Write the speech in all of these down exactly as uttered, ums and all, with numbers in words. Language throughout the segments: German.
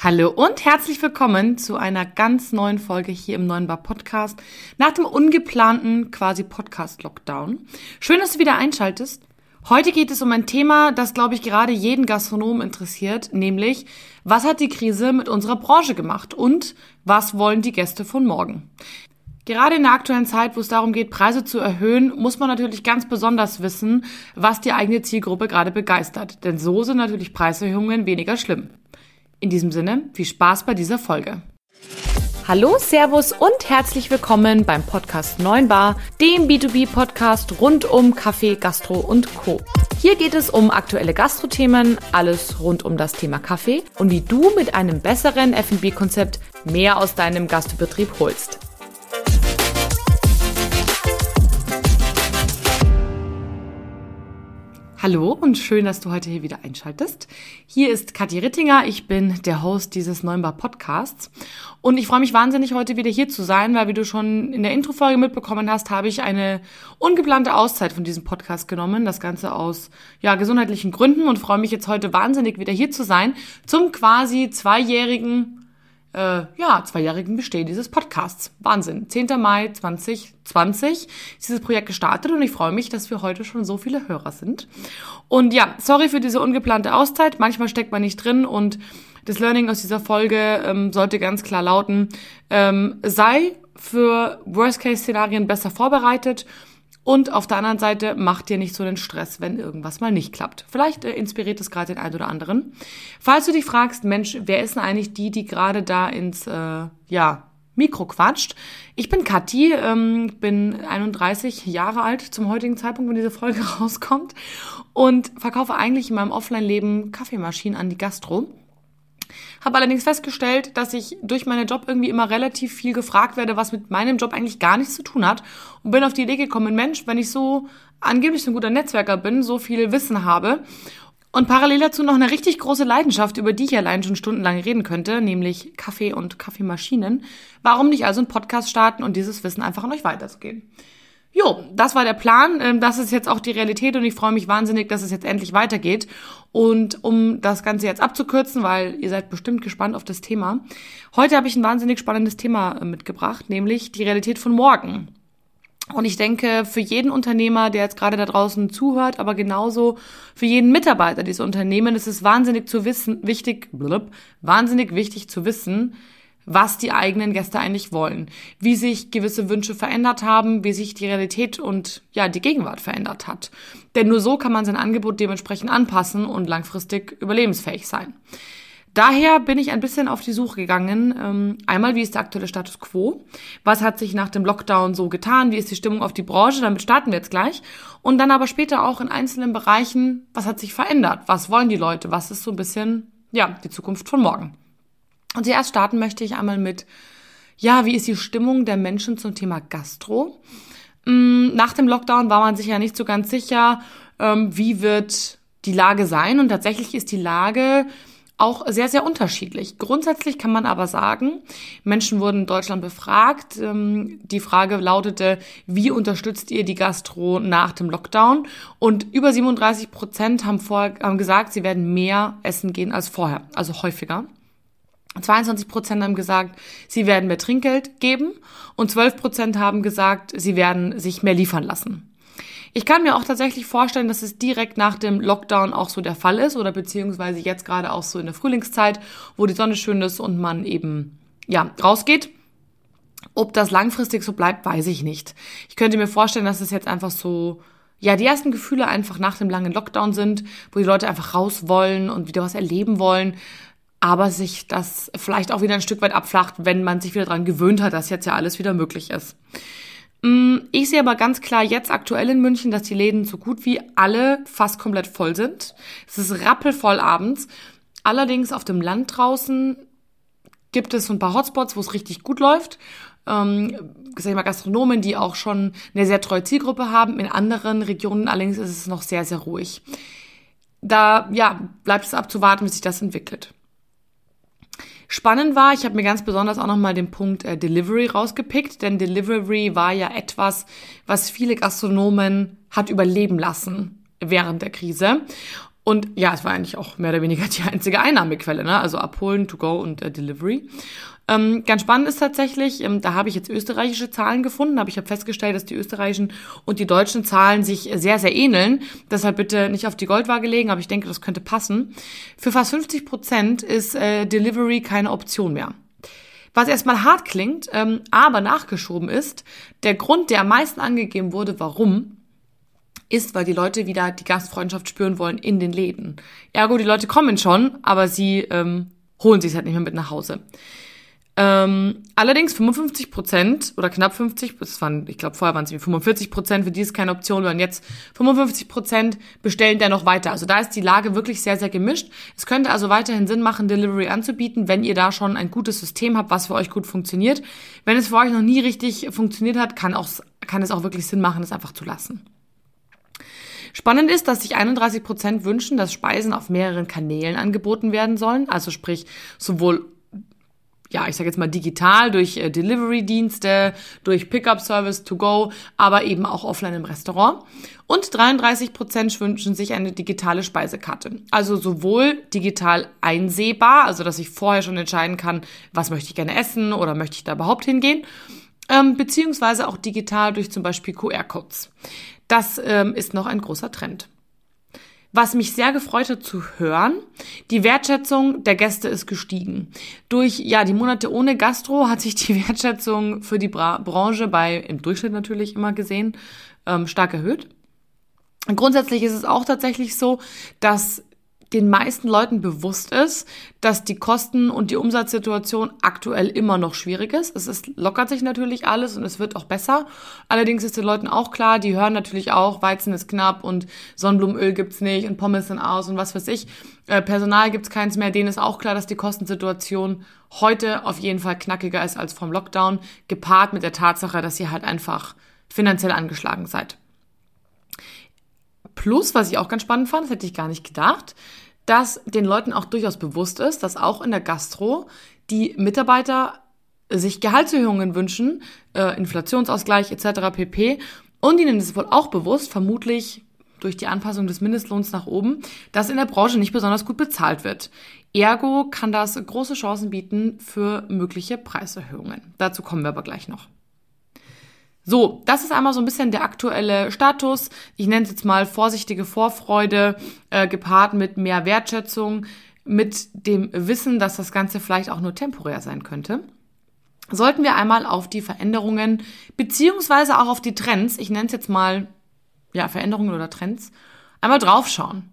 Hallo und herzlich willkommen zu einer ganz neuen Folge hier im Neuen Bar Podcast nach dem ungeplanten quasi Podcast-Lockdown. Schön, dass du wieder einschaltest. Heute geht es um ein Thema, das, glaube ich, gerade jeden Gastronomen interessiert, nämlich, was hat die Krise mit unserer Branche gemacht und was wollen die Gäste von morgen? Gerade in der aktuellen Zeit, wo es darum geht, Preise zu erhöhen, muss man natürlich ganz besonders wissen, was die eigene Zielgruppe gerade begeistert. Denn so sind natürlich Preiserhöhungen weniger schlimm. In diesem Sinne, viel Spaß bei dieser Folge. Hallo, Servus und herzlich willkommen beim Podcast Neuen Bar, dem B zwei B-Podcast rund um Kaffee, Gastro und Co. Hier geht es um aktuelle Gastrothemen, alles rund um das Thema Kaffee und wie du mit einem besseren F und B-Konzept mehr aus deinem Gastbetrieb holst. Hallo und schön, dass du heute hier wieder einschaltest. Hier ist Kathi Rittinger, ich bin der Host dieses Neuen Bar Podcasts und ich freue mich wahnsinnig, heute wieder hier zu sein, weil wie du schon in der Introfolge mitbekommen hast, habe ich eine ungeplante Auszeit von diesem Podcast genommen, das Ganze aus ja gesundheitlichen Gründen und freue mich jetzt heute wahnsinnig, wieder hier zu sein zum quasi zweijährigen Äh, ja, zweijährigen Bestehen dieses Podcasts. Wahnsinn. zehnter Mai zwanzig zwanzig ist dieses Projekt gestartet und ich freue mich, dass wir heute schon so viele Hörer sind. Und ja, sorry für diese ungeplante Auszeit. Manchmal steckt man nicht drin und das Learning aus dieser Folge ähm, sollte ganz klar lauten, ähm, sei für Worst-Case-Szenarien besser vorbereitet. Und auf der anderen Seite, mach dir nicht so den Stress, wenn irgendwas mal nicht klappt. Vielleicht äh, inspiriert es gerade den einen oder anderen. Falls du dich fragst, Mensch, wer ist denn eigentlich die, die gerade da ins äh, ja Mikro quatscht? Ich bin Kathi, ähm, bin einunddreißig Jahre alt zum heutigen Zeitpunkt, wenn diese Folge rauskommt und verkaufe eigentlich in meinem Offline-Leben Kaffeemaschinen an die Gastro. Habe allerdings festgestellt, dass ich durch meinen Job irgendwie immer relativ viel gefragt werde, was mit meinem Job eigentlich gar nichts zu tun hat. Und bin auf die Idee gekommen, Mensch, wenn ich so angeblich so ein guter Netzwerker bin, so viel Wissen habe und parallel dazu noch eine richtig große Leidenschaft, über die ich allein schon stundenlang reden könnte, nämlich Kaffee und Kaffeemaschinen, warum nicht also einen Podcast starten und dieses Wissen einfach an euch weiterzugeben? Jo, das war der Plan. Das ist jetzt auch die Realität und ich freue mich wahnsinnig, dass es jetzt endlich weitergeht. Und um das Ganze jetzt abzukürzen, weil ihr seid bestimmt gespannt auf das Thema. Heute habe ich ein wahnsinnig spannendes Thema mitgebracht, nämlich die Realität von morgen. Und ich denke, für jeden Unternehmer, der jetzt gerade da draußen zuhört, aber genauso für jeden Mitarbeiter dieses Unternehmens, ist es wahnsinnig zu wissen, wichtig, blub, wahnsinnig wichtig zu wissen, was die eigenen Gäste eigentlich wollen, wie sich gewisse Wünsche verändert haben, wie sich die Realität und ja die Gegenwart verändert hat. Denn nur so kann man sein Angebot dementsprechend anpassen und langfristig überlebensfähig sein. Daher bin ich ein bisschen auf die Suche gegangen. Ähm, einmal, wie ist der aktuelle Status quo? Was hat sich nach dem Lockdown so getan? Wie ist die Stimmung auf die Branche? Damit starten wir jetzt gleich. Und dann aber später auch in einzelnen Bereichen, was hat sich verändert? Was wollen die Leute? Was ist so ein bisschen ja die Zukunft von morgen? Und zuerst starten möchte ich einmal mit, ja, wie ist die Stimmung der Menschen zum Thema Gastro? Nach dem Lockdown war man sich ja nicht so ganz sicher, wie wird die Lage sein. Und tatsächlich ist die Lage auch sehr, sehr unterschiedlich. Grundsätzlich kann man aber sagen, Menschen wurden in Deutschland befragt. Die Frage lautete, wie unterstützt ihr die Gastro nach dem Lockdown? Und über siebenunddreißig Prozent haben, vor, haben gesagt, sie werden mehr essen gehen als vorher, also häufiger. zweiundzwanzig Prozent haben gesagt, sie werden mehr Trinkgeld geben und zwölf Prozent haben gesagt, sie werden sich mehr liefern lassen. Ich kann mir auch tatsächlich vorstellen, dass es direkt nach dem Lockdown auch so der Fall ist oder beziehungsweise jetzt gerade auch so in der Frühlingszeit, wo die Sonne schön ist und man eben ja rausgeht. Ob das langfristig so bleibt, weiß ich nicht. Ich könnte mir vorstellen, dass es jetzt einfach so ja die ersten Gefühle einfach nach dem langen Lockdown sind, wo die Leute einfach raus wollen und wieder was erleben wollen. Aber sich das vielleicht auch wieder ein Stück weit abflacht, wenn man sich wieder daran gewöhnt hat, dass jetzt ja alles wieder möglich ist. Ich sehe aber ganz klar jetzt aktuell in München, dass die Läden so gut wie alle fast komplett voll sind. Es ist rappelvoll abends. Allerdings auf dem Land draußen gibt es so ein paar Hotspots, wo es richtig gut läuft. Ähm, sag ich mal, Gastronomen, die auch schon eine sehr treue Zielgruppe haben. In anderen Regionen allerdings ist es noch sehr, sehr ruhig. Da ja, bleibt es abzuwarten, wie sich das entwickelt. Spannend war, ich habe mir ganz besonders auch nochmal den Punkt äh, Delivery rausgepickt, denn Delivery war ja etwas, was viele Gastronomen hat überleben lassen während der Krise. Und ja, es war eigentlich auch mehr oder weniger die einzige Einnahmequelle, ne? Also abholen, to go und äh, Delivery. Ähm, ganz spannend ist tatsächlich, ähm, da habe ich jetzt österreichische Zahlen gefunden, aber ich habe festgestellt, dass die österreichischen und die deutschen Zahlen sich sehr, sehr ähneln. Deshalb bitte nicht auf die Goldwaage legen, aber ich denke, das könnte passen. Für fast fünfzig Prozent ist äh, Delivery keine Option mehr. Was erstmal hart klingt, ähm, aber nachgeschoben ist, der Grund, der am meisten angegeben wurde, warum, ist, weil die Leute wieder die Gastfreundschaft spüren wollen in den Läden. Ergo, die Leute kommen schon, aber sie ähm, holen sich es halt nicht mehr mit nach Hause. Ähm, allerdings fünfundfünfzig Prozent oder knapp fünfzig, das waren, ich glaube vorher waren es fünfundvierzig Prozent, für die ist keine Option, und jetzt fünfundfünfzig Prozent bestellen dennoch weiter. Also da ist die Lage wirklich sehr, sehr gemischt. Es könnte also weiterhin Sinn machen, Delivery anzubieten, wenn ihr da schon ein gutes System habt, was für euch gut funktioniert. Wenn es für euch noch nie richtig funktioniert hat, kann, auch, kann es auch wirklich Sinn machen, es einfach zu lassen. Spannend ist, dass sich einunddreißig Prozent wünschen, dass Speisen auf mehreren Kanälen angeboten werden sollen, also sprich sowohl ja, ich sage jetzt mal digital, durch äh, Delivery-Dienste, durch Pickup-Service to go, aber eben auch offline im Restaurant. Und dreiunddreißig Prozent wünschen sich eine digitale Speisekarte. Also sowohl digital einsehbar, also dass ich vorher schon entscheiden kann, was möchte ich gerne essen oder möchte ich da überhaupt hingehen, ähm, beziehungsweise auch digital durch zum Beispiel Q R-Codes. Das ähm, ist noch ein großer Trend. Was mich sehr gefreut hat zu hören, die Wertschätzung der Gäste ist gestiegen. Durch ja die Monate ohne Gastro hat sich die Wertschätzung für die Bra- Branche bei, im Durchschnitt natürlich immer gesehen, ähm, stark erhöht. Und grundsätzlich ist es auch tatsächlich so, dass den meisten Leuten bewusst ist, dass die Kosten- und die Umsatzsituation aktuell immer noch schwierig ist. Es ist, lockert sich natürlich alles und es wird auch besser. Allerdings ist den Leuten auch klar, die hören natürlich auch, Weizen ist knapp und Sonnenblumenöl gibt's nicht und Pommes sind aus und was weiß ich. Äh, Personal gibt's keins mehr. Denen ist auch klar, dass die Kostensituation heute auf jeden Fall knackiger ist als vom Lockdown, gepaart mit der Tatsache, dass ihr halt einfach finanziell angeschlagen seid. Plus, was ich auch ganz spannend fand, das hätte ich gar nicht gedacht, dass den Leuten auch durchaus bewusst ist, dass auch in der Gastro die Mitarbeiter sich Gehaltserhöhungen wünschen, äh, Inflationsausgleich et cetera pp. Und ihnen ist wohl auch bewusst, vermutlich durch die Anpassung des Mindestlohns nach oben, dass in der Branche nicht besonders gut bezahlt wird. Ergo kann das große Chancen bieten für mögliche Preiserhöhungen. Dazu kommen wir aber gleich noch. So, das ist einmal so ein bisschen der aktuelle Status. Ich nenne es jetzt mal vorsichtige Vorfreude, äh, gepaart mit mehr Wertschätzung, mit dem Wissen, dass das Ganze vielleicht auch nur temporär sein könnte. Sollten wir einmal auf die Veränderungen beziehungsweise auch auf die Trends, ich nenne es jetzt mal ja Veränderungen oder Trends, einmal draufschauen.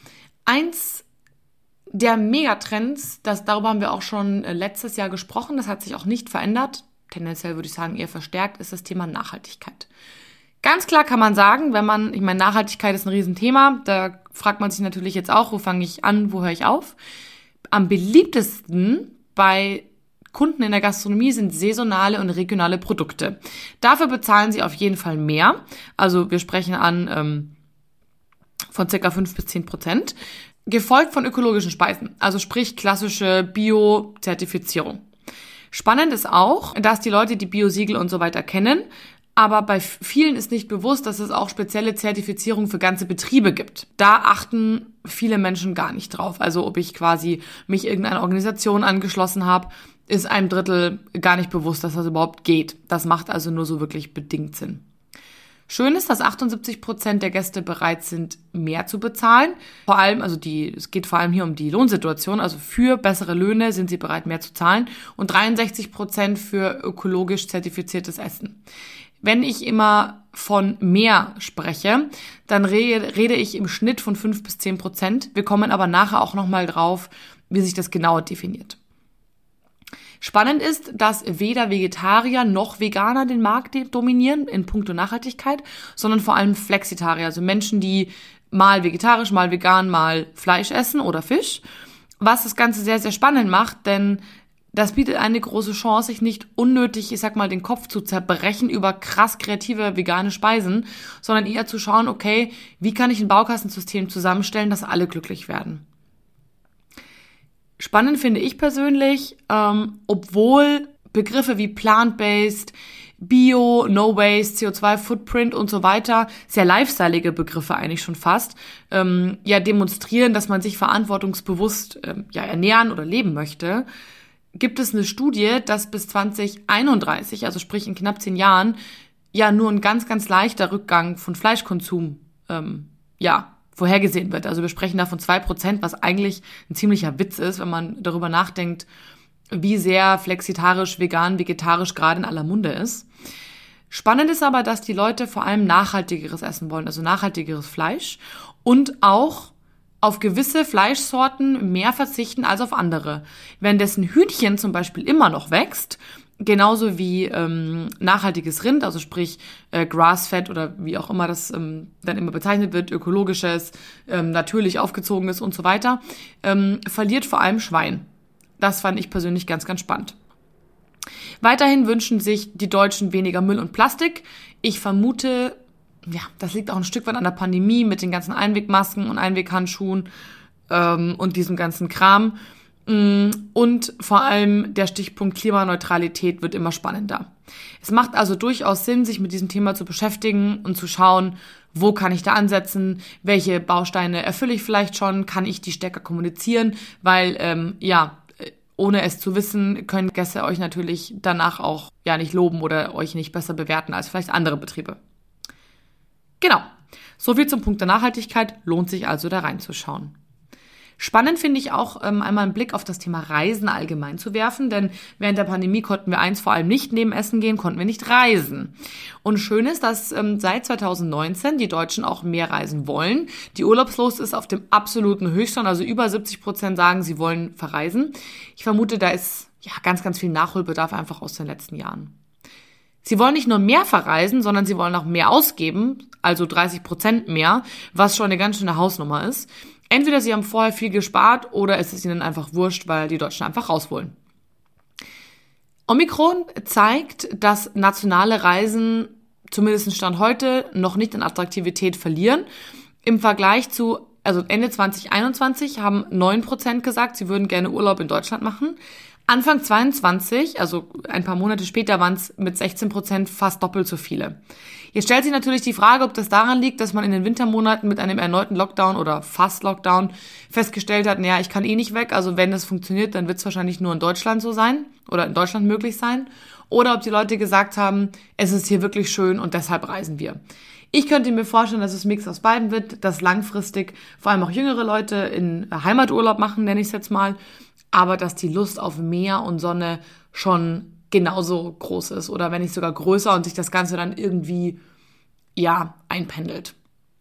Eins der Megatrends, das, darüber haben wir auch schon letztes Jahr gesprochen, das hat sich auch nicht verändert, tendenziell würde ich sagen eher verstärkt, ist das Thema Nachhaltigkeit. Ganz klar kann man sagen, wenn man, ich meine, Nachhaltigkeit ist ein Riesenthema, da fragt man sich natürlich jetzt auch, wo fange ich an, wo höre ich auf? Am beliebtesten bei Kunden in der Gastronomie sind saisonale und regionale Produkte. Dafür bezahlen sie auf jeden Fall mehr, also wir sprechen an ähm, von ca. fünf bis zehn Prozent, gefolgt von ökologischen Speisen, also sprich klassische Bio-Zertifizierung. Spannend ist auch, dass die Leute die Bio-Siegel und so weiter kennen, aber bei vielen ist nicht bewusst, dass es auch spezielle Zertifizierungen für ganze Betriebe gibt. Da achten viele Menschen gar nicht drauf. Also ob ich quasi mich irgendeiner Organisation angeschlossen habe, ist einem Drittel gar nicht bewusst, dass das überhaupt geht. Das macht also nur so wirklich bedingt Sinn. Schön ist, dass achtundsiebzig Prozent der Gäste bereit sind, mehr zu bezahlen. Vor allem, also die, es geht vor allem hier um die Lohnsituation, also für bessere Löhne sind sie bereit, mehr zu zahlen. Und dreiundsechzig Prozent für ökologisch zertifiziertes Essen. Wenn ich immer von mehr spreche, dann rede, rede ich im Schnitt von fünf bis zehn Prozent. Wir kommen aber nachher auch nochmal drauf, wie sich das genauer definiert. Spannend ist, dass weder Vegetarier noch Veganer den Markt dominieren in puncto Nachhaltigkeit, sondern vor allem Flexitarier, also Menschen, die mal vegetarisch, mal vegan, mal Fleisch essen oder Fisch. Was das Ganze sehr, sehr spannend macht, denn das bietet eine große Chance, sich nicht unnötig, ich sag mal, den Kopf zu zerbrechen über krass kreative vegane Speisen, sondern eher zu schauen, okay, wie kann ich ein Baukastensystem zusammenstellen, dass alle glücklich werden. Spannend finde ich persönlich, ähm, obwohl Begriffe wie plant-based, Bio, No Waste, C O zwei Footprint und so weiter, sehr lifestyleige Begriffe eigentlich schon fast, ähm, ja demonstrieren, dass man sich verantwortungsbewusst ähm, ja ernähren oder leben möchte, gibt es eine Studie, dass bis zwanzig einunddreißig, also sprich in knapp zehn Jahren, ja nur ein ganz, ganz leichter Rückgang von Fleischkonsum ähm, ja vorhergesehen wird. Also wir sprechen da von zwei Prozent, was eigentlich ein ziemlicher Witz ist, wenn man darüber nachdenkt, wie sehr flexitarisch, vegan, vegetarisch gerade in aller Munde ist. Spannend ist aber, dass die Leute vor allem nachhaltigeres essen wollen, also nachhaltigeres Fleisch und auch auf gewisse Fleischsorten mehr verzichten als auf andere. Währenddessen Hühnchen zum Beispiel immer noch wächst, genauso wie ähm, nachhaltiges Rind, also sprich äh, Grass-Fed oder wie auch immer das ähm, dann immer bezeichnet wird, ökologisches, ähm, natürlich aufgezogenes und so weiter, ähm, verliert vor allem Schwein. Das fand ich persönlich ganz, ganz spannend. Weiterhin wünschen sich die Deutschen weniger Müll und Plastik. Ich vermute, ja, das liegt auch ein Stück weit an der Pandemie mit den ganzen Einwegmasken und Einweghandschuhen ähm, und diesem ganzen Kram. Und vor allem der Stichpunkt Klimaneutralität wird immer spannender. Es macht also durchaus Sinn, sich mit diesem Thema zu beschäftigen und zu schauen, wo kann ich da ansetzen, welche Bausteine erfülle ich vielleicht schon, kann ich die stärker kommunizieren, weil, ähm, ja, ohne es zu wissen, können Gäste euch natürlich danach auch ja nicht loben oder euch nicht besser bewerten als vielleicht andere Betriebe. Genau, soviel zum Punkt der Nachhaltigkeit, lohnt sich also da reinzuschauen. Spannend finde ich auch, ähm, einmal einen Blick auf das Thema Reisen allgemein zu werfen, denn während der Pandemie konnten wir eins vor allem nicht neben Essen gehen, konnten wir nicht reisen. Und schön ist, dass ähm, seit zwanzig neunzehn die Deutschen auch mehr reisen wollen. Die Urlaubslust ist auf dem absoluten Höchststand, also über siebzig Prozent sagen, sie wollen verreisen. Ich vermute, da ist ja ganz, ganz viel Nachholbedarf einfach aus den letzten Jahren. Sie wollen nicht nur mehr verreisen, sondern sie wollen auch mehr ausgeben, also dreißig Prozent mehr, was schon eine ganz schöne Hausnummer ist. Entweder sie haben vorher viel gespart oder es ist ihnen einfach wurscht, weil die Deutschen einfach raus wollen. Omikron zeigt, dass nationale Reisen, zumindest Stand heute, noch nicht an Attraktivität verlieren. Im Vergleich zu, also Ende zwanzig einundzwanzig haben neun Prozent gesagt, sie würden gerne Urlaub in Deutschland machen. Anfang zweiundzwanzig, also ein paar Monate später, waren es mit sechzehn Prozent fast doppelt so viele. Jetzt stellt sich natürlich die Frage, ob das daran liegt, dass man in den Wintermonaten mit einem erneuten Lockdown oder fast Lockdown festgestellt hat, naja, ich kann eh nicht weg, also wenn das funktioniert, dann wird es wahrscheinlich nur in Deutschland so sein oder in Deutschland möglich sein. Oder ob die Leute gesagt haben, es ist hier wirklich schön und deshalb reisen wir. Ich könnte mir vorstellen, dass es ein Mix aus beiden wird, dass langfristig vor allem auch jüngere Leute in Heimaturlaub machen, nenne ich es jetzt mal, aber dass die Lust auf Meer und Sonne schon genauso groß ist oder wenn nicht sogar größer und sich das Ganze dann irgendwie, ja, einpendelt.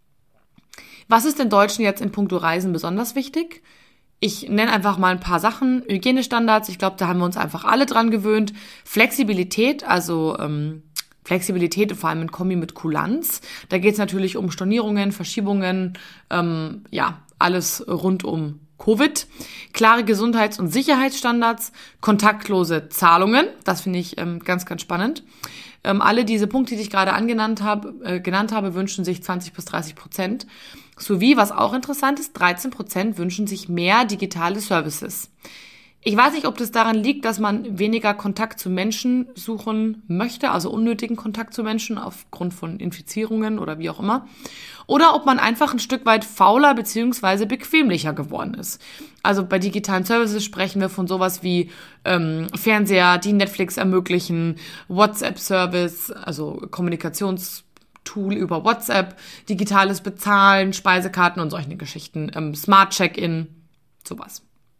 Was ist den Deutschen jetzt in puncto Reisen besonders wichtig? Ich nenne einfach mal ein paar Sachen. Hygienestandards, ich glaube, da haben wir uns einfach alle dran gewöhnt. Flexibilität, also ähm, Flexibilität vor allem in Kombi mit Kulanz. Da geht es natürlich um Stornierungen, Verschiebungen, ähm, ja, alles rund um Covid, klare Gesundheits- und Sicherheitsstandards, kontaktlose Zahlungen, das finde ich ähm, ganz, ganz spannend. Ähm, alle diese Punkte, die ich gerade angenannt habe, äh, genannt habe, wünschen sich zwanzig bis dreißig Prozent. Sowie, was auch interessant ist, dreizehn Prozent wünschen sich mehr digitale Services. Ich weiß nicht, ob das daran liegt, dass man weniger Kontakt zu Menschen suchen möchte, also unnötigen Kontakt zu Menschen aufgrund von Infizierungen oder wie auch immer. Oder ob man einfach ein Stück weit fauler bzw. bequemlicher geworden ist. Also bei digitalen Services sprechen wir von sowas wie ähm, Fernseher, die Netflix ermöglichen, WhatsApp-Service, also Kommunikationstool über WhatsApp, digitales Bezahlen, Speisekarten und solche Geschichten, ähm, Smart Check-in, sowas.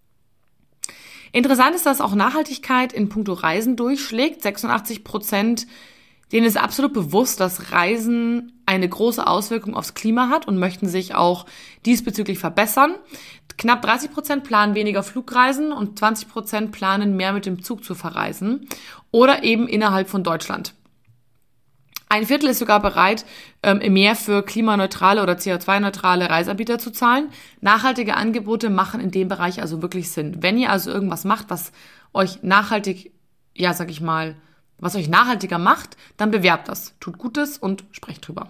Interessant ist, dass auch Nachhaltigkeit in puncto Reisen durchschlägt. sechsundachtzig Prozent, denen ist absolut bewusst, dass Reisen eine große Auswirkung aufs Klima hat und möchten sich auch diesbezüglich verbessern. Knapp dreißig Prozent planen weniger Flugreisen und zwanzig Prozent planen mehr mit dem Zug zu verreisen oder eben innerhalb von Deutschland. Ein Viertel ist sogar bereit, mehr für klimaneutrale oder C O zwei neutrale Reiseanbieter zu zahlen. Nachhaltige Angebote machen in dem Bereich also wirklich Sinn. Wenn ihr also irgendwas macht, was euch nachhaltig, ja, sag ich mal, was euch nachhaltiger macht, dann bewerbt das. Tut Gutes und sprecht drüber.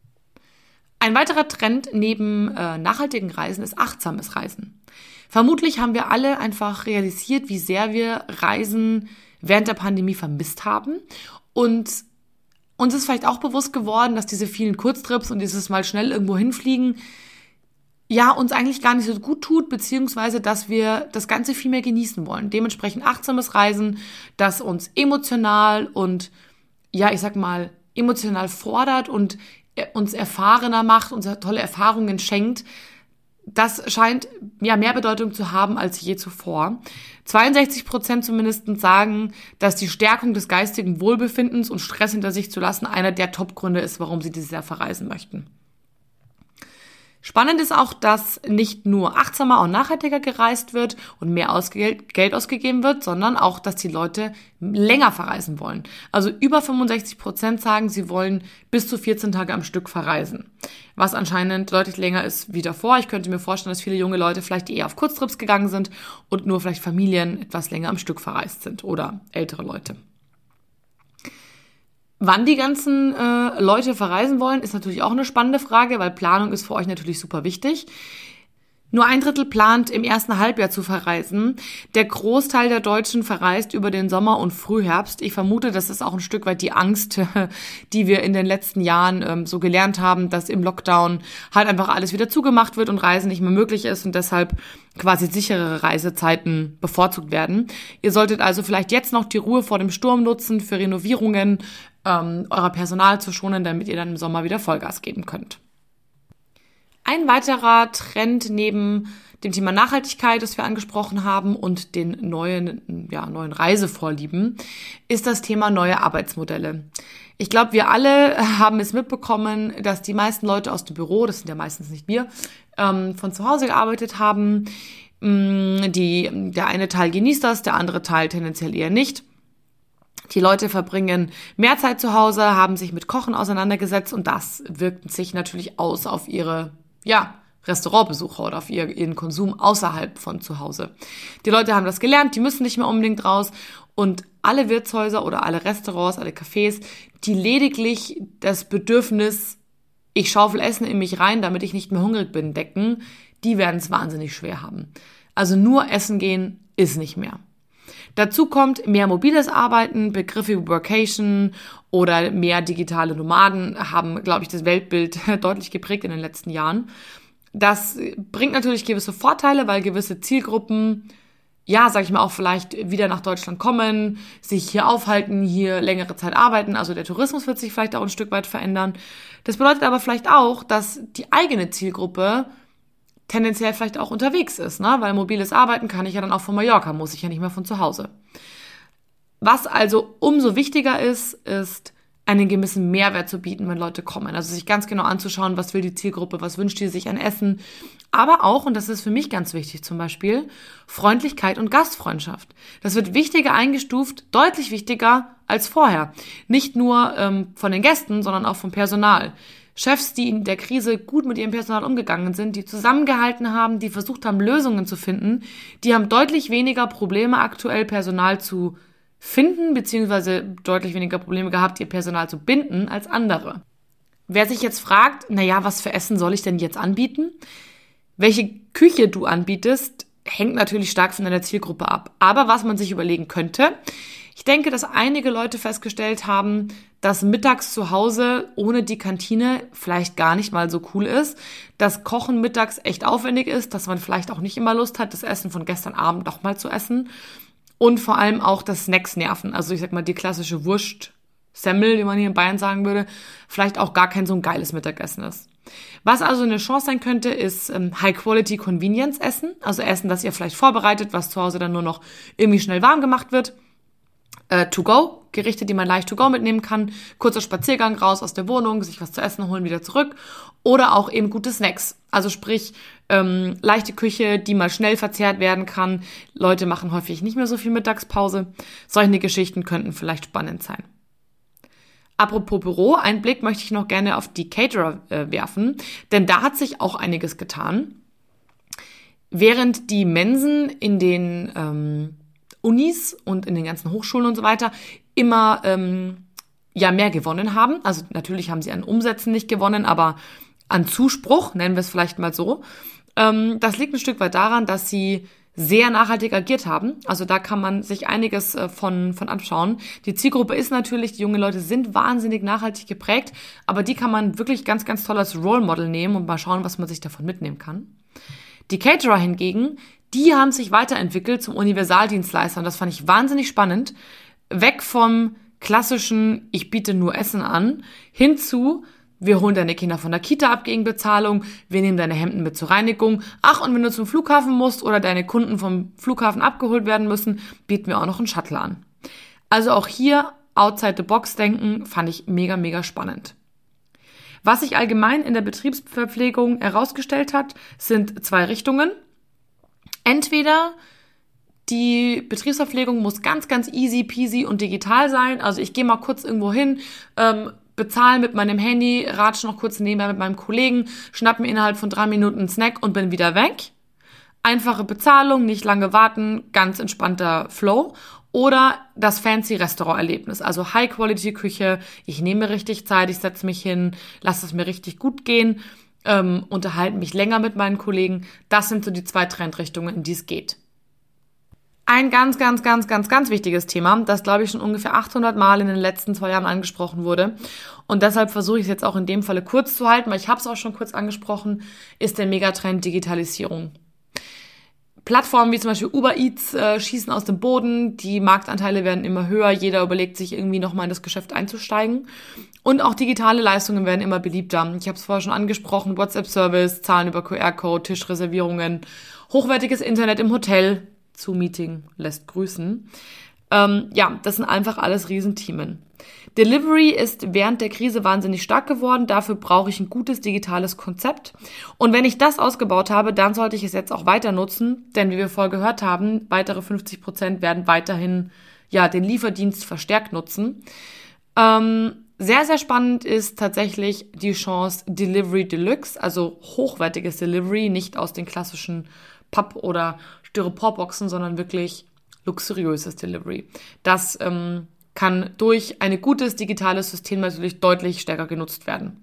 Ein weiterer Trend neben äh, nachhaltigen Reisen ist achtsames Reisen. Vermutlich haben wir alle einfach realisiert, wie sehr wir Reisen während der Pandemie vermisst haben und Uns ist vielleicht auch bewusst geworden, dass diese vielen Kurztrips und dieses mal schnell irgendwo hinfliegen, ja, uns eigentlich gar nicht so gut tut, beziehungsweise, dass wir das Ganze viel mehr genießen wollen. Dementsprechend achtsames Reisen, das uns emotional und, ja, ich sag mal, emotional fordert und uns erfahrener macht, uns tolle Erfahrungen schenkt, das scheint ja mehr Bedeutung zu haben als je zuvor. zweiundsechzig Prozent zumindest sagen, dass die Stärkung des geistigen Wohlbefindens und Stress hinter sich zu lassen einer der Top-Gründe ist, warum sie dieses Jahr verreisen möchten. Spannend ist auch, dass nicht nur achtsamer und nachhaltiger gereist wird und mehr ausge- Geld ausgegeben wird, sondern auch, dass die Leute länger verreisen wollen. Also über fünfundsechzig Prozent sagen, sie wollen bis zu vierzehn Tage am Stück verreisen, was anscheinend deutlich länger ist wie davor. Ich könnte mir vorstellen, dass viele junge Leute vielleicht eher auf Kurztrips gegangen sind und nur vielleicht Familien etwas länger am Stück verreist sind oder ältere Leute. Wann die ganzen äh, Leute verreisen wollen, ist natürlich auch eine spannende Frage, weil Planung ist für euch natürlich super wichtig. Nur ein Drittel plant, im ersten Halbjahr zu verreisen. Der Großteil der Deutschen verreist über den Sommer und Frühherbst. Ich vermute, das ist auch ein Stück weit die Angst, die wir in den letzten Jahren ähm, so gelernt haben, dass im Lockdown halt einfach alles wieder zugemacht wird und Reisen nicht mehr möglich ist und deshalb quasi sichere Reisezeiten bevorzugt werden. Ihr solltet also vielleicht jetzt noch die Ruhe vor dem Sturm nutzen für Renovierungen, ähm, euer Personal zu schonen, damit ihr dann im Sommer wieder Vollgas geben könnt. Ein weiterer Trend neben dem Thema Nachhaltigkeit, das wir angesprochen haben, und den neuen, ja, neuen Reisevorlieben, ist das Thema neue Arbeitsmodelle. Ich glaube, wir alle haben es mitbekommen, dass die meisten Leute aus dem Büro, das sind ja meistens nicht wir, ähm, von zu Hause gearbeitet haben. Die, der eine Teil genießt das, der andere Teil tendenziell eher nicht. Die Leute verbringen mehr Zeit zu Hause, haben sich mit Kochen auseinandergesetzt und das wirkt sich natürlich aus auf ihre ja, Restaurantbesucher oder auf ihren Konsum außerhalb von zu Hause. Die Leute haben das gelernt, die müssen nicht mehr unbedingt raus und alle Wirtshäuser oder alle Restaurants, alle Cafés, die lediglich das Bedürfnis, ich schaufel Essen in mich rein, damit ich nicht mehr hungrig bin, decken, die werden es wahnsinnig schwer haben. Also nur essen gehen ist nicht mehr. Dazu kommt mehr mobiles Arbeiten, Begriffe wie Workation oder mehr digitale Nomaden haben, glaube ich, das Weltbild deutlich geprägt in den letzten Jahren. Das bringt natürlich gewisse Vorteile, weil gewisse Zielgruppen, ja, sag ich mal, auch vielleicht wieder nach Deutschland kommen, sich hier aufhalten, hier längere Zeit arbeiten. Also der Tourismus wird sich vielleicht auch ein Stück weit verändern. Das bedeutet aber vielleicht auch, dass die eigene Zielgruppe tendenziell vielleicht auch unterwegs ist, ne? Weil mobiles Arbeiten kann ich ja dann auch von Mallorca, muss ich ja nicht mehr von zu Hause. Was also umso wichtiger ist, ist einen gewissen Mehrwert zu bieten, wenn Leute kommen. Also sich ganz genau anzuschauen, was will die Zielgruppe, was wünscht die sich an Essen. Aber auch, und das ist für mich ganz wichtig zum Beispiel, Freundlichkeit und Gastfreundschaft. Das wird wichtiger eingestuft, deutlich wichtiger als vorher. Nicht nur ähm, von den Gästen, sondern auch vom Personal. Chefs, die in der Krise gut mit ihrem Personal umgegangen sind, die zusammengehalten haben, die versucht haben, Lösungen zu finden, die haben deutlich weniger Probleme aktuell Personal zu finden, beziehungsweise deutlich weniger Probleme gehabt, ihr Personal zu binden als andere. Wer sich jetzt fragt, naja, was für Essen soll ich denn jetzt anbieten? Welche Küche du anbietest, hängt natürlich stark von deiner Zielgruppe ab. Aber was man sich überlegen könnte, ich denke, dass einige Leute festgestellt haben, dass mittags zu Hause ohne die Kantine vielleicht gar nicht mal so cool ist, dass Kochen mittags echt aufwendig ist, dass man vielleicht auch nicht immer Lust hat, das Essen von gestern Abend noch mal zu essen und vor allem auch, dass Snacks nerven. Also ich sag mal, die klassische Wurst, Semmel, wie man hier in Bayern sagen würde, vielleicht auch gar kein so ein geiles Mittagessen ist. Was also eine Chance sein könnte, ist ähm, High-Quality-Convenience-Essen, also Essen, das ihr vielleicht vorbereitet, was zu Hause dann nur noch irgendwie schnell warm gemacht wird. Äh, To-go, Gerichte, die man leicht to-go mitnehmen kann, kurzer Spaziergang raus aus der Wohnung, sich was zu essen holen, wieder zurück. Oder auch eben gute Snacks, also sprich ähm, leichte Küche, die mal schnell verzehrt werden kann. Leute machen häufig nicht mehr so viel Mittagspause. Solche Geschichten könnten vielleicht spannend sein. Apropos Büro, einen Blick möchte ich noch gerne auf die Caterer äh, werfen, denn da hat sich auch einiges getan. Während die Mensen in den ähm, Unis und in den ganzen Hochschulen und so weiter immer ähm, ja mehr gewonnen haben, also natürlich haben sie an Umsätzen nicht gewonnen, aber an Zuspruch, nennen wir es vielleicht mal so. Ähm, das liegt ein Stück weit daran, dass sie sehr nachhaltig agiert haben. Also da kann man sich einiges äh, von, von anschauen. Die Zielgruppe ist natürlich, die jungen Leute sind wahnsinnig nachhaltig geprägt, aber die kann man wirklich ganz, ganz toll als Role Model nehmen und mal schauen, was man sich davon mitnehmen kann. Die Caterer hingegen, die haben sich weiterentwickelt zum Universaldienstleister und das fand ich wahnsinnig spannend. Weg vom klassischen, ich biete nur Essen an, hin zu, wir holen deine Kinder von der Kita ab gegen Bezahlung, wir nehmen deine Hemden mit zur Reinigung. Ach, und wenn du zum Flughafen musst oder deine Kunden vom Flughafen abgeholt werden müssen, bieten wir auch noch einen Shuttle an. Also auch hier outside the box denken, fand ich mega, mega spannend. Was sich allgemein in der Betriebsverpflegung herausgestellt hat, sind zwei Richtungen. Entweder die Betriebsverpflegung muss ganz, ganz easy peasy und digital sein. Also ich gehe mal kurz irgendwo hin, ähm, bezahle mit meinem Handy, ratsche noch kurz nebenbei mit meinem Kollegen, schnapp mir innerhalb von drei Minuten einen Snack und bin wieder weg. Einfache Bezahlung, nicht lange warten, ganz entspannter Flow. Oder das fancy Restauranterlebnis, also High-Quality-Küche, ich nehme richtig Zeit, ich setze mich hin, lasse es mir richtig gut gehen, ähm, unterhalte mich länger mit meinen Kollegen. Das sind so die zwei Trendrichtungen, in die es geht. Ein ganz, ganz, ganz, ganz, ganz wichtiges Thema, das, glaube ich, schon ungefähr achthundert Mal in den letzten zwei Jahren angesprochen wurde. Und deshalb versuche ich es jetzt auch in dem Falle kurz zu halten, weil ich habe es auch schon kurz angesprochen, ist der Megatrend Digitalisierung. Plattformen wie zum Beispiel Uber Eats äh, schießen aus dem Boden, die Marktanteile werden immer höher, jeder überlegt sich irgendwie nochmal in das Geschäft einzusteigen. Und auch digitale Leistungen werden immer beliebter. Ich habe es vorher schon angesprochen, WhatsApp-Service, Zahlen über Q R-Code, Tischreservierungen, hochwertiges Internet im Hotel, zu Meeting lässt grüßen. Ähm, ja, das sind einfach alles Riesenthemen. Delivery ist während der Krise wahnsinnig stark geworden. Dafür brauche ich ein gutes digitales Konzept. Und wenn ich das ausgebaut habe, dann sollte ich es jetzt auch weiter nutzen. Denn wie wir vorher gehört haben, weitere fünfzig Prozent werden weiterhin ja den Lieferdienst verstärkt nutzen. Ähm, sehr, sehr spannend ist tatsächlich die Chance Delivery Deluxe, also hochwertiges Delivery, nicht aus den klassischen Papp- oder Styroporboxen, sondern wirklich luxuriöses Delivery. Das ähm, kann durch ein gutes digitales System natürlich deutlich stärker genutzt werden.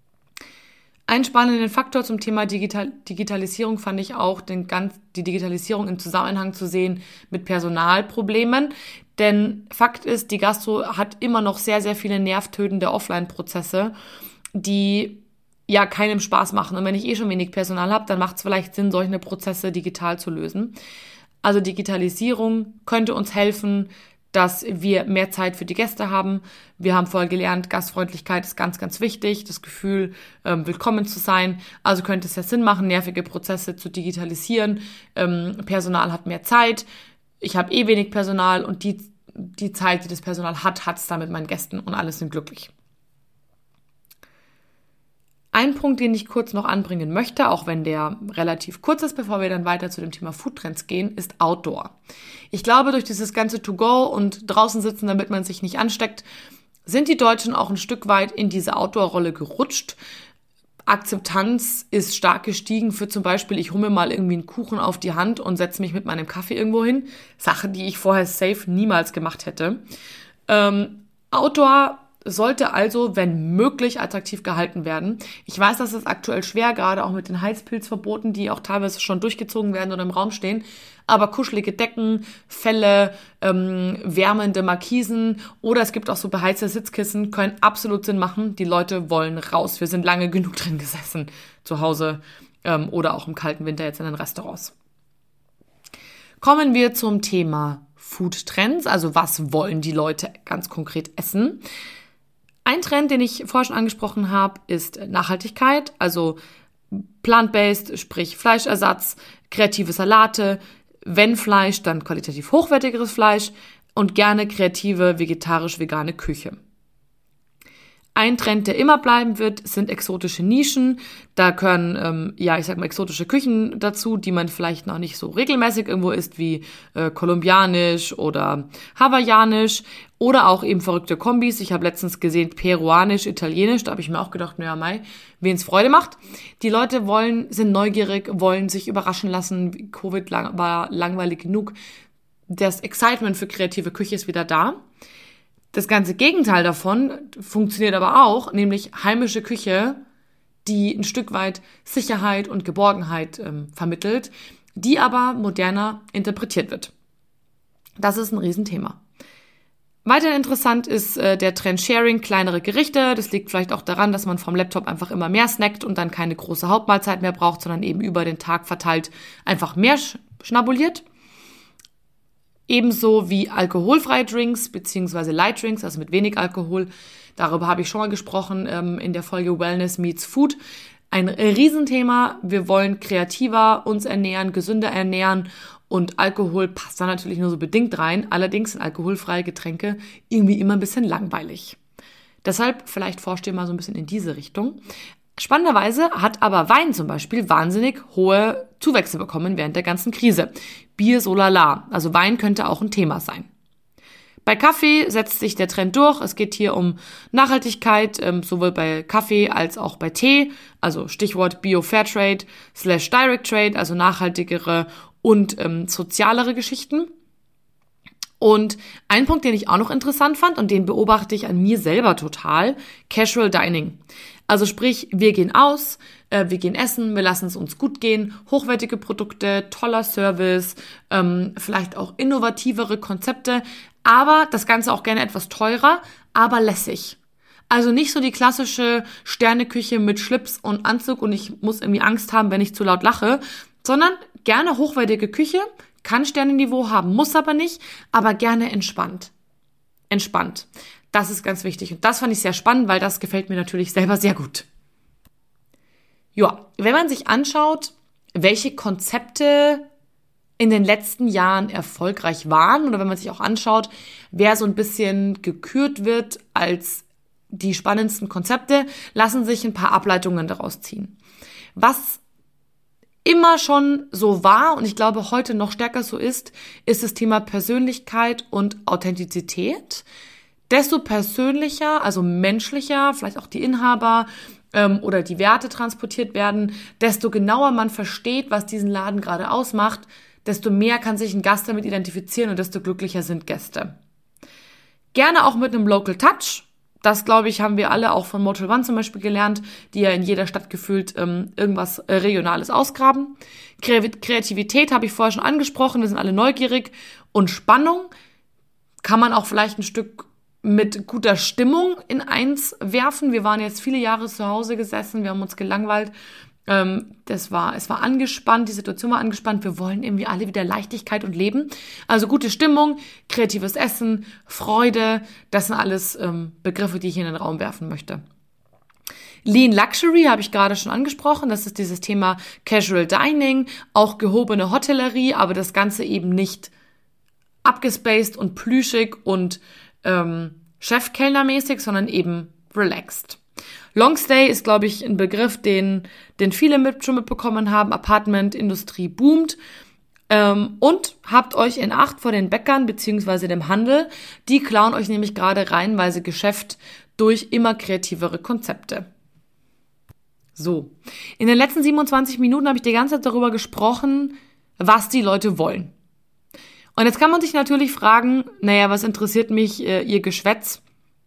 Einen spannenden Faktor zum Thema Digital- Digitalisierung fand ich auch, den ganz, die Digitalisierung im Zusammenhang zu sehen mit Personalproblemen. Denn Fakt ist, die Gastro hat immer noch sehr, sehr viele nervtötende Offline-Prozesse, die ja keinem Spaß machen. Und wenn ich eh schon wenig Personal habe, dann macht es vielleicht Sinn, solche Prozesse digital zu lösen. Also Digitalisierung könnte uns helfen, dass wir mehr Zeit für die Gäste haben. Wir haben vorher gelernt, Gastfreundlichkeit ist ganz, ganz wichtig, das Gefühl, ähm, willkommen zu sein. Also könnte es ja Sinn machen, nervige Prozesse zu digitalisieren. Ähm, Personal hat mehr Zeit. Ich habe eh wenig Personal und die, die Zeit, die das Personal hat, hat es dann mit meinen Gästen und alle sind glücklich. Ein Punkt, den ich kurz noch anbringen möchte, auch wenn der relativ kurz ist, bevor wir dann weiter zu dem Thema Foodtrends gehen, ist Outdoor. Ich glaube, durch dieses ganze To-Go und draußen sitzen, damit man sich nicht ansteckt, sind die Deutschen auch ein Stück weit in diese Outdoor-Rolle gerutscht. Akzeptanz ist stark gestiegen für zum Beispiel, ich hole mir mal irgendwie einen Kuchen auf die Hand und setze mich mit meinem Kaffee irgendwo hin. Sache, die ich vorher safe niemals gemacht hätte. Ähm, Outdoor sollte also, wenn möglich, attraktiv gehalten werden. Ich weiß, das ist aktuell schwer, gerade auch mit den Heizpilzverboten, die auch teilweise schon durchgezogen werden oder im Raum stehen. Aber kuschelige Decken, Felle, ähm, wärmende Markisen oder es gibt auch so beheizte Sitzkissen, können absolut Sinn machen. Die Leute wollen raus. Wir sind lange genug drin gesessen, zu Hause ähm, oder auch im kalten Winter jetzt in den Restaurants. Kommen wir zum Thema Foodtrends, also was wollen die Leute ganz konkret essen? Ein Trend, den ich vorher schon angesprochen habe, ist Nachhaltigkeit, also plant-based, sprich Fleischersatz, kreative Salate, wenn Fleisch, dann qualitativ hochwertigeres Fleisch und gerne kreative vegetarisch-vegane Küche. Ein Trend, der immer bleiben wird, sind exotische Nischen. Da gehören, ähm, ja, ich sag mal, exotische Küchen dazu, die man vielleicht noch nicht so regelmäßig irgendwo isst, wie äh, kolumbianisch oder hawaiianisch oder auch eben verrückte Kombis. Ich habe letztens gesehen, peruanisch, italienisch. Da habe ich mir auch gedacht, naja, mei, wen's Freude macht. Die Leute wollen, sind neugierig, wollen sich überraschen lassen. Covid lang, war langweilig genug. Das Excitement für kreative Küche ist wieder da. Das ganze Gegenteil davon funktioniert aber auch, nämlich heimische Küche, die ein Stück weit Sicherheit und Geborgenheit ähm, vermittelt, die aber moderner interpretiert wird. Das ist ein Riesenthema. Weiterhin interessant ist äh, der Trend Sharing, kleinere Gerichte. Das liegt vielleicht auch daran, dass man vom Laptop einfach immer mehr snackt und dann keine große Hauptmahlzeit mehr braucht, sondern eben über den Tag verteilt einfach mehr sch- schnabuliert. Ebenso wie alkoholfreie Drinks bzw. Light Drinks, also mit wenig Alkohol. Darüber habe ich schon mal gesprochen ähm, in der Folge Wellness Meets Food. Ein Riesenthema. Wir wollen kreativer uns ernähren, gesünder ernähren. Und Alkohol passt da natürlich nur so bedingt rein. Allerdings sind alkoholfreie Getränke irgendwie immer ein bisschen langweilig. Deshalb vielleicht forscht ihr mal so ein bisschen in diese Richtung. Spannenderweise hat aber Wein zum Beispiel wahnsinnig hohe Zuwächse bekommen während der ganzen Krise. Bier so lala. Also Wein könnte auch ein Thema sein. Bei Kaffee setzt sich der Trend durch. Es geht hier um Nachhaltigkeit, ähm, sowohl bei Kaffee als auch bei Tee. Also Stichwort Bio-Fairtrade slash Direct Trade, also nachhaltigere und ähm, sozialere Geschichten. Und ein Punkt, den ich auch noch interessant fand und den beobachte ich an mir selber total, Casual Dining. Also sprich, wir gehen aus, äh, wir gehen essen, wir lassen es uns gut gehen, hochwertige Produkte, toller Service, ähm, vielleicht auch innovativere Konzepte, aber das Ganze auch gerne etwas teurer, aber lässig. Also nicht so die klassische Sterneküche mit Schlips und Anzug und ich muss irgendwie Angst haben, wenn ich zu laut lache, sondern gerne hochwertige Küche, kann Sternenniveau haben, muss aber nicht, aber gerne entspannt. Entspannt. Das ist ganz wichtig und das fand ich sehr spannend, weil das gefällt mir natürlich selber sehr gut. Ja, wenn man sich anschaut, welche Konzepte in den letzten Jahren erfolgreich waren oder wenn man sich auch anschaut, wer so ein bisschen gekürt wird als die spannendsten Konzepte, lassen sich ein paar Ableitungen daraus ziehen. Was immer schon so war und ich glaube heute noch stärker so ist, ist das Thema Persönlichkeit und Authentizität. Desto persönlicher, also menschlicher, vielleicht auch die Inhaber ähm, oder die Werte transportiert werden, desto genauer man versteht, was diesen Laden gerade ausmacht, desto mehr kann sich ein Gast damit identifizieren und desto glücklicher sind Gäste. Gerne auch mit einem Local Touch. Das, glaube ich, haben wir alle auch von Motel One zum Beispiel gelernt, die ja in jeder Stadt gefühlt ähm, irgendwas äh, Regionales ausgraben. Kreativität habe ich vorher schon angesprochen, wir sind alle neugierig. Und Spannung kann man auch vielleicht ein Stück mit guter Stimmung in eins werfen. Wir waren jetzt viele Jahre zu Hause gesessen, wir haben uns gelangweilt. Ähm, das war, es war angespannt, die Situation war angespannt. Wir wollen irgendwie alle wieder Leichtigkeit und Leben. Also gute Stimmung, kreatives Essen, Freude, das sind alles ähm, Begriffe, die ich in den Raum werfen möchte. Lean Luxury habe ich gerade schon angesprochen. Das ist dieses Thema Casual Dining, auch gehobene Hotellerie, aber das Ganze eben nicht abgespaced und plüschig und ähm, Chefkellnermäßig, sondern eben relaxed. Longstay ist, glaube ich, ein Begriff, den, den viele mit, schon mitbekommen haben. Apartment-Industrie boomt. Ähm, und habt euch in Acht vor den Bäckern bzw. dem Handel. Die klauen euch nämlich gerade reihenweise Geschäft durch immer kreativere Konzepte. So, in den letzten siebenundzwanzig Minuten habe ich die ganze Zeit darüber gesprochen, was die Leute wollen. Und jetzt kann man sich natürlich fragen, naja, was interessiert mich äh, ihr Geschwätz?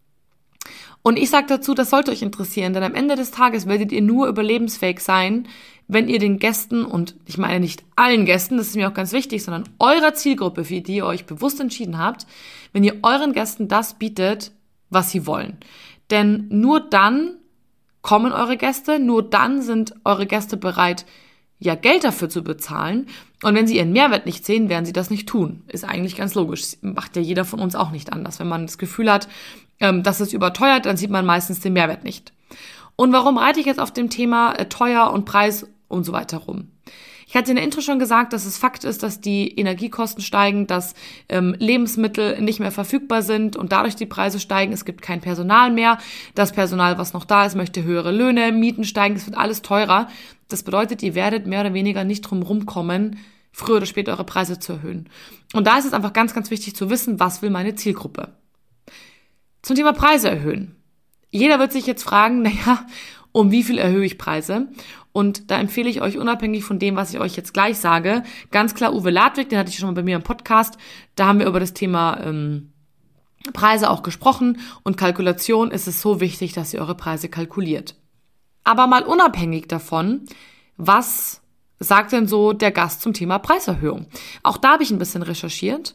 Und ich sage dazu, das sollte euch interessieren, denn am Ende des Tages werdet ihr nur überlebensfähig sein, wenn ihr den Gästen, und ich meine nicht allen Gästen, das ist mir auch ganz wichtig, sondern eurer Zielgruppe, für die ihr euch bewusst entschieden habt, wenn ihr euren Gästen das bietet, was sie wollen. Denn nur dann kommen eure Gäste, nur dann sind eure Gäste bereit, ja Geld dafür zu bezahlen. Und wenn sie ihren Mehrwert nicht sehen, werden sie das nicht tun. Ist eigentlich ganz logisch. Macht ja jeder von uns auch nicht anders. Wenn man das Gefühl hat, dass es überteuert, dann sieht man meistens den Mehrwert nicht. Und warum reite ich jetzt auf dem Thema teuer und Preis und so weiter rum? Ich hatte in der Intro schon gesagt, dass es Fakt ist, dass die Energiekosten steigen, dass ähm, Lebensmittel nicht mehr verfügbar sind und dadurch die Preise steigen. Es gibt kein Personal mehr. Das Personal, was noch da ist, möchte höhere Löhne, Mieten steigen, es wird alles teurer. Das bedeutet, ihr werdet mehr oder weniger nicht drum rumkommen, früher oder später eure Preise zu erhöhen. Und da ist es einfach ganz, ganz wichtig zu wissen, was will meine Zielgruppe. Zum Thema Preise erhöhen. Jeder wird sich jetzt fragen, naja, um wie viel erhöhe ich Preise? Und da empfehle ich euch, unabhängig von dem, was ich euch jetzt gleich sage, ganz klar Uwe Ladwig, den hatte ich schon mal bei mir im Podcast. Da haben wir über das Thema ähm, Preise auch gesprochen. Und Kalkulation ist es so wichtig, dass ihr eure Preise kalkuliert. Aber mal unabhängig davon, was sagt denn so der Gast zum Thema Preiserhöhung? Auch da habe ich ein bisschen recherchiert.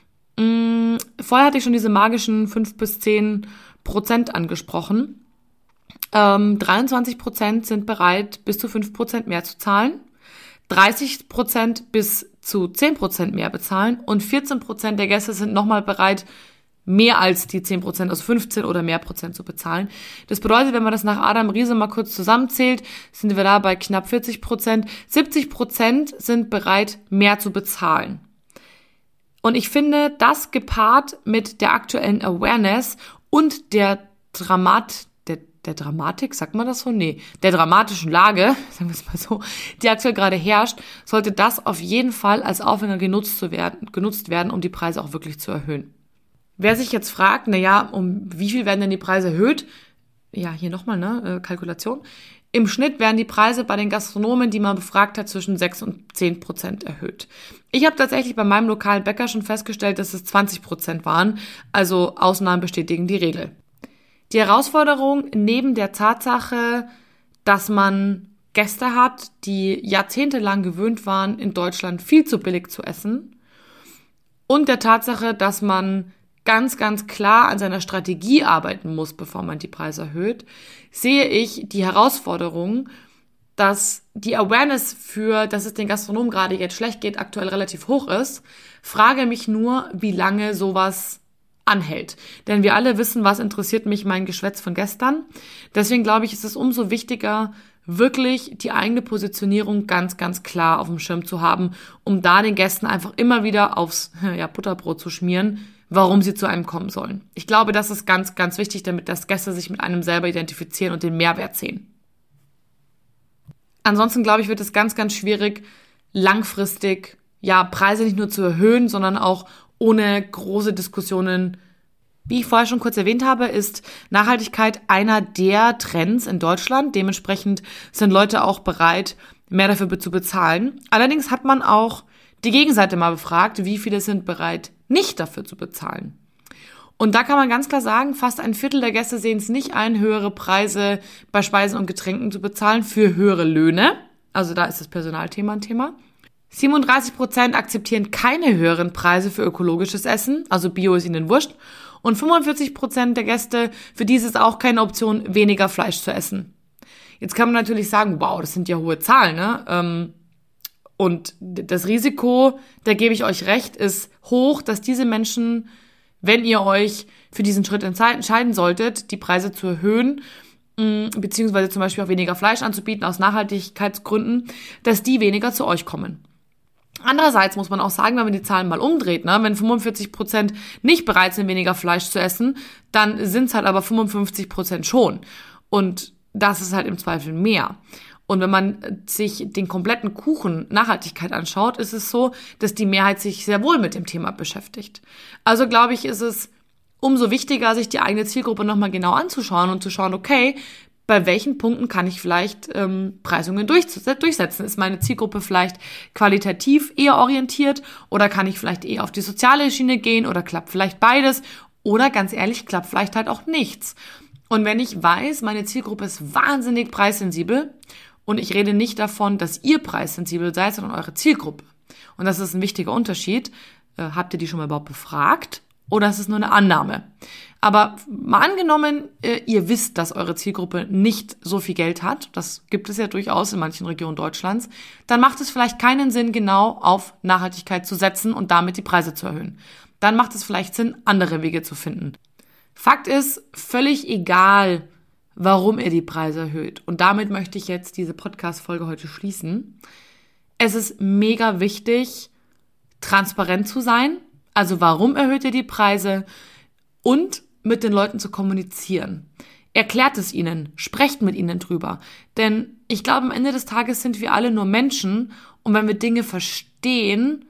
Vorher hatte ich schon diese magischen fünf bis zehn Prozent angesprochen. Ähm, dreiundzwanzig Prozent sind bereit, bis zu fünf Prozent mehr zu zahlen. dreißig Prozent bis zu zehn Prozent mehr bezahlen. Und vierzehn Prozent der Gäste sind nochmal bereit, mehr als die zehn Prozent, also fünfzehn oder mehr Prozent zu bezahlen. Das bedeutet, wenn man das nach Adam Riese mal kurz zusammenzählt, sind wir da bei knapp vierzig Prozent. siebzig Prozent sind bereit, mehr zu bezahlen. Und ich finde, das gepaart mit der aktuellen Awareness und der Dramat, der, der Dramatik, sagt man das so? Nee, der dramatischen Lage, sagen wir es mal so, die aktuell gerade herrscht, sollte das auf jeden Fall als Aufhänger genutzt, zu werden, genutzt werden, um die Preise auch wirklich zu erhöhen. Wer sich jetzt fragt, na ja, um wie viel werden denn die Preise erhöht? Ja, hier nochmal, ne, Kalkulation. Im Schnitt werden die Preise bei den Gastronomen, die man befragt hat, zwischen sechs und zehn Prozent erhöht. Ich habe tatsächlich bei meinem lokalen Bäcker schon festgestellt, dass es zwanzig Prozent waren, also Ausnahmen bestätigen die Regel. Die Herausforderung neben der Tatsache, dass man Gäste hat, die jahrzehntelang gewöhnt waren, in Deutschland viel zu billig zu essen, und der Tatsache, dass man ganz, ganz klar an seiner Strategie arbeiten muss, bevor man die Preise erhöht, sehe ich die Herausforderung, dass die Awareness für, dass es den Gastronomen gerade jetzt schlecht geht, aktuell relativ hoch ist. Frage mich nur, wie lange sowas anhält. Denn wir alle wissen, was interessiert mich mein Geschwätz von gestern. Deswegen glaube ich, ist es umso wichtiger, wirklich die eigene Positionierung ganz, ganz klar auf dem Schirm zu haben, um da den Gästen einfach immer wieder aufs ja, Butterbrot zu schmieren, warum sie zu einem kommen sollen. Ich glaube, das ist ganz, ganz wichtig, damit das Gäste sich mit einem selber identifizieren und den Mehrwert sehen. Ansonsten, glaube ich, wird es ganz, ganz schwierig, langfristig ja Preise nicht nur zu erhöhen, sondern auch ohne große Diskussionen. Wie ich vorher schon kurz erwähnt habe, ist Nachhaltigkeit einer der Trends in Deutschland. Dementsprechend sind Leute auch bereit, mehr dafür zu bezahlen. Allerdings hat man auch die Gegenseite mal befragt, wie viele sind bereit, nicht dafür zu bezahlen. Und da kann man ganz klar sagen, fast ein Viertel der Gäste sehen es nicht ein, höhere Preise bei Speisen und Getränken zu bezahlen für höhere Löhne. Also da ist das Personalthema ein Thema. siebenunddreißig Prozent akzeptieren keine höheren Preise für ökologisches Essen, also Bio ist ihnen wurscht. Und fünfundvierzig Prozent der Gäste, für die ist es auch keine Option, weniger Fleisch zu essen. Jetzt kann man natürlich sagen, wow, das sind ja hohe Zahlen, ne? Ähm, Und das Risiko, da gebe ich euch recht, ist hoch, dass diese Menschen, wenn ihr euch für diesen Schritt entscheiden solltet, die Preise zu erhöhen, beziehungsweise zum Beispiel auch weniger Fleisch anzubieten aus Nachhaltigkeitsgründen, dass die weniger zu euch kommen. Andererseits muss man auch sagen, wenn man die Zahlen mal umdreht, ne, wenn fünfundvierzig Prozent nicht bereit sind, weniger Fleisch zu essen, dann sind es halt aber fünfundfünfzig Prozent schon. Und das ist halt im Zweifel mehr. Und wenn man sich den kompletten Kuchen Nachhaltigkeit anschaut, ist es so, dass die Mehrheit sich sehr wohl mit dem Thema beschäftigt. Also glaube ich, ist es umso wichtiger, sich die eigene Zielgruppe nochmal genau anzuschauen und zu schauen, okay, bei welchen Punkten kann ich vielleicht ähm, Preisungen durchsetzen? Ist meine Zielgruppe vielleicht qualitativ eher orientiert oder kann ich vielleicht eher auf die soziale Schiene gehen oder klappt vielleicht beides? Oder ganz ehrlich, klappt vielleicht halt auch nichts. Und wenn ich weiß, meine Zielgruppe ist wahnsinnig preissensibel, und ich rede nicht davon, dass ihr preissensibel seid, sondern eure Zielgruppe. Und das ist ein wichtiger Unterschied. Äh, habt ihr die schon mal überhaupt befragt? Oder ist es nur eine Annahme? Aber mal angenommen, äh, ihr wisst, dass eure Zielgruppe nicht so viel Geld hat. Das gibt es ja durchaus in manchen Regionen Deutschlands. Dann macht es vielleicht keinen Sinn, genau auf Nachhaltigkeit zu setzen und damit die Preise zu erhöhen. Dann macht es vielleicht Sinn, andere Wege zu finden. Fakt ist, völlig egal, warum ihr die Preise erhöht. Und damit möchte ich jetzt diese Podcast-Folge heute schließen. Es ist mega wichtig, transparent zu sein. Also warum erhöht ihr die Preise? Und mit den Leuten zu kommunizieren. Erklärt es ihnen, sprecht mit ihnen drüber. Denn ich glaube, am Ende des Tages sind wir alle nur Menschen. Und wenn wir Dinge verstehen,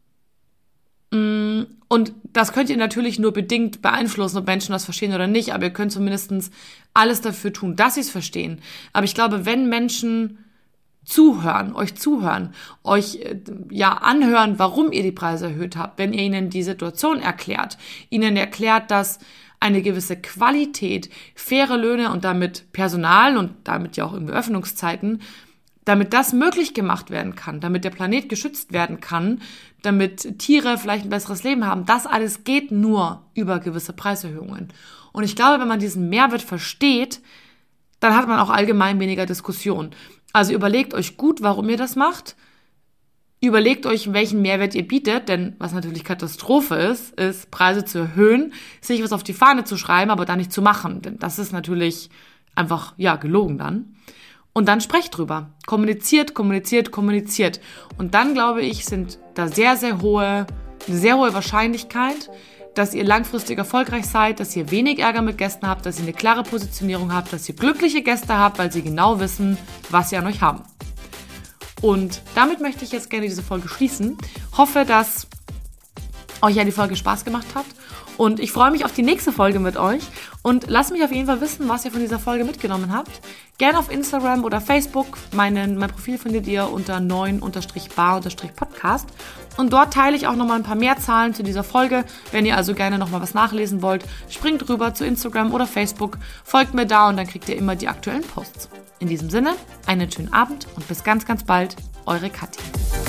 und das könnt ihr natürlich nur bedingt beeinflussen, ob Menschen das verstehen oder nicht, aber ihr könnt zumindest alles dafür tun, dass sie es verstehen. Aber ich glaube, wenn Menschen zuhören, euch zuhören, euch ja anhören, warum ihr die Preise erhöht habt, wenn ihr ihnen die Situation erklärt, ihnen erklärt, dass eine gewisse Qualität, faire Löhne und damit Personal und damit ja auch irgendwie Öffnungszeiten damit das möglich gemacht werden kann, damit der Planet geschützt werden kann, damit Tiere vielleicht ein besseres Leben haben, das alles geht nur über gewisse Preiserhöhungen. Und ich glaube, wenn man diesen Mehrwert versteht, dann hat man auch allgemein weniger Diskussion. Also überlegt euch gut, warum ihr das macht. Überlegt euch, welchen Mehrwert ihr bietet, denn was natürlich Katastrophe ist, ist Preise zu erhöhen, sich was auf die Fahne zu schreiben, aber dann nicht zu machen, denn das ist natürlich einfach, ja, gelogen dann. Und dann sprecht drüber. Kommuniziert, kommuniziert, kommuniziert. Und dann, glaube ich, sind da sehr, sehr hohe, eine sehr hohe Wahrscheinlichkeit, dass ihr langfristig erfolgreich seid, dass ihr wenig Ärger mit Gästen habt, dass ihr eine klare Positionierung habt, dass ihr glückliche Gäste habt, weil sie genau wissen, was sie an euch haben. Und damit möchte ich jetzt gerne diese Folge schließen. Hoffe, dass euch ja die Folge Spaß gemacht hat. Und ich freue mich auf die nächste Folge mit euch. Und lasst mich auf jeden Fall wissen, was ihr von dieser Folge mitgenommen habt. Gerne auf Instagram oder Facebook. Meinen, mein Profil findet ihr unter neun bar Podcast. Und dort teile ich auch nochmal ein paar mehr Zahlen zu dieser Folge. Wenn ihr also gerne nochmal was nachlesen wollt, springt rüber zu Instagram oder Facebook. Folgt mir da und dann kriegt ihr immer die aktuellen Posts. In diesem Sinne, einen schönen Abend und bis ganz, ganz bald. Eure Kathi.